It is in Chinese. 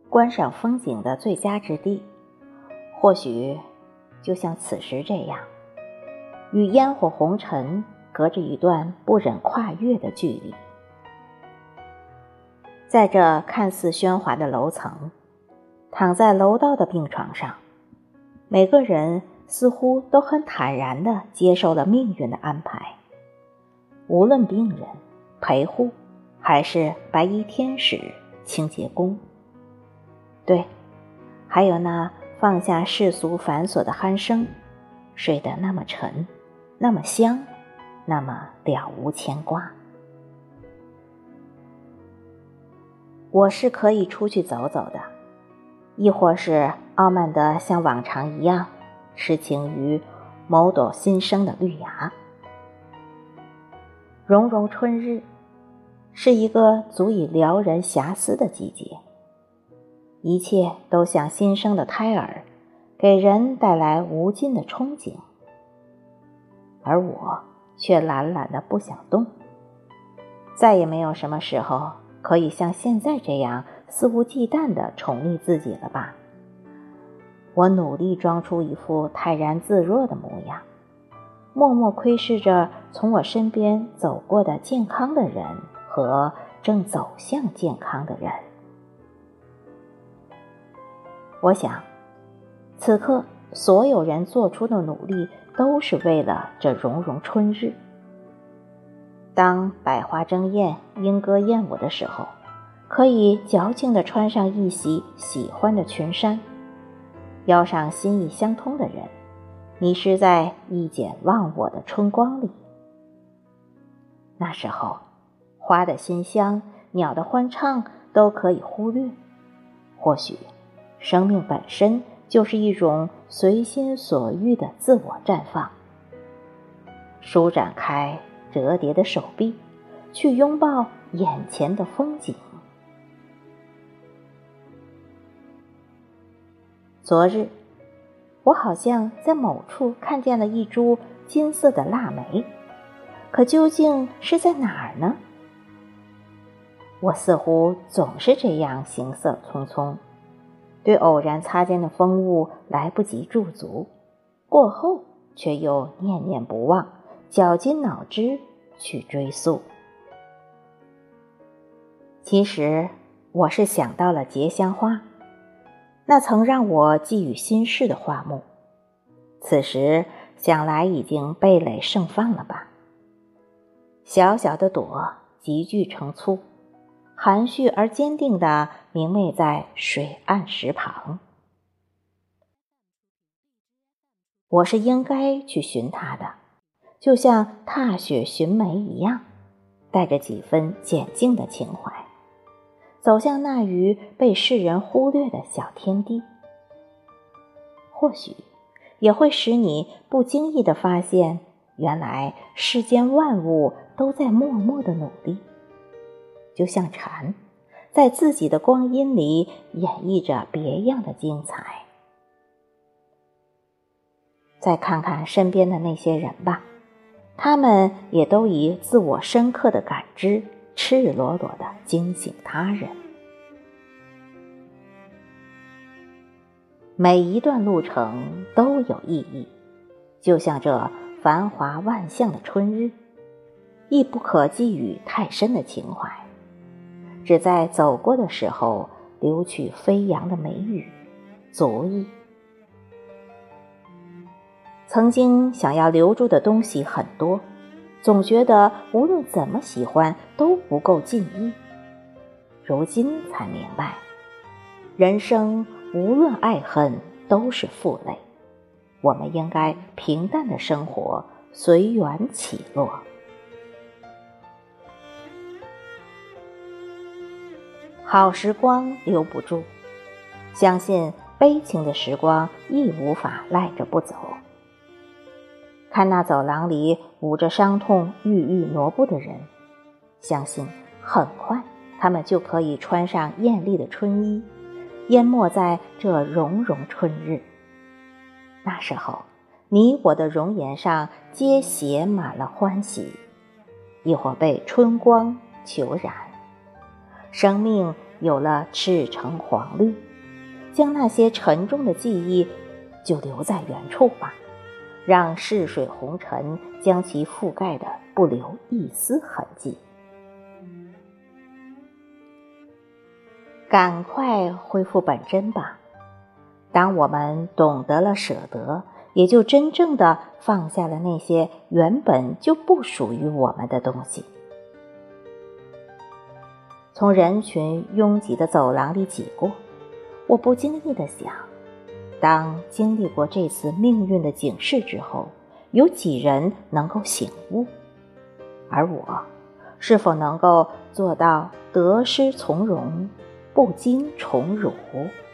观赏风景的最佳之地，或许就像此时这样，与烟火红尘隔着一段不忍跨越的距离。在这看似喧哗的楼层，躺在楼道的病床上，每个人似乎都很坦然地接受了命运的安排。无论病人、陪护，还是白衣天使、清洁工，对，还有那放下世俗繁琐的鼾声，睡得那么沉，那么香，那么了无牵挂。我是可以出去走走的，亦或是傲慢得像往常一样痴情于某朵新生的绿芽。融融春日是一个足以撩人遐思的季节，一切都像新生的胎儿，给人带来无尽的憧憬，而我却懒懒的不想动。再也没有什么时候可以像现在这样肆无忌惮地宠溺自己了吧。我努力装出一副泰然自若的模样，默默窥视着从我身边走过的健康的人和正走向健康的人。我想，此刻所有人做出的努力都是为了这融融春日。当百花争艳、莺歌燕舞的时候，可以矫情地穿上一袭喜欢的裙衫，邀上心意相通的人，迷失在一剪忘我的春光里。那时候，花的馨香、鸟的欢唱都可以忽略。或许，生命本身就是一种随心所欲的自我绽放。舒展开折叠的手臂，去拥抱眼前的风景。昨日，我好像在某处看见了一株金色的腊梅，可究竟是在哪儿呢？我似乎总是这样行色匆匆，对偶然擦肩的风物来不及驻足，过后却又念念不忘，绞尽脑汁去追溯。其实我是想到了结香花，那曾让我寄予心事的花木，此时想来已经蓓蕾盛放了吧。小小的朵集聚成簇，含蓄而坚定地明媚在水岸石旁。我是应该去寻它的，就像踏雪寻梅一样，带着几分简静的情怀，走向那于被世人忽略的小天地。或许也会使你不经意地发现，原来世间万物都在默默地努力，就像蝉，在自己的光阴里演绎着别样的精彩。再看看身边的那些人吧，他们也都以自我深刻的感知，赤裸裸地惊醒他人。每一段路程都有意义，就像这繁华万象的春日，亦不可寄予太深的情怀，只在走过的时候留取飞扬的美语，足矣。曾经想要留住的东西很多，总觉得无论怎么喜欢都不够尽意。如今才明白，人生无论爱恨都是负累，我们应该平淡的生活，随缘起落。好时光留不住，相信悲情的时光亦无法赖着不走。看那走廊里捂着伤痛郁郁挪步的人，相信很快他们就可以穿上艳丽的春衣，淹没在这融融春日。那时候，你我的容颜上皆写满了欢喜，亦或被春光虬染。生命有了赤橙黄绿，将那些沉重的记忆就留在原处吧，让逝水红尘将其覆盖的不留一丝痕迹。赶快恢复本真吧，当我们懂得了舍得，也就真正的放下了那些原本就不属于我们的东西。从人群拥挤的走廊里挤过，我不经意地想，当经历过这次命运的警示之后，有几人能够醒悟？而我是否能够做到得失从容，不惊宠辱？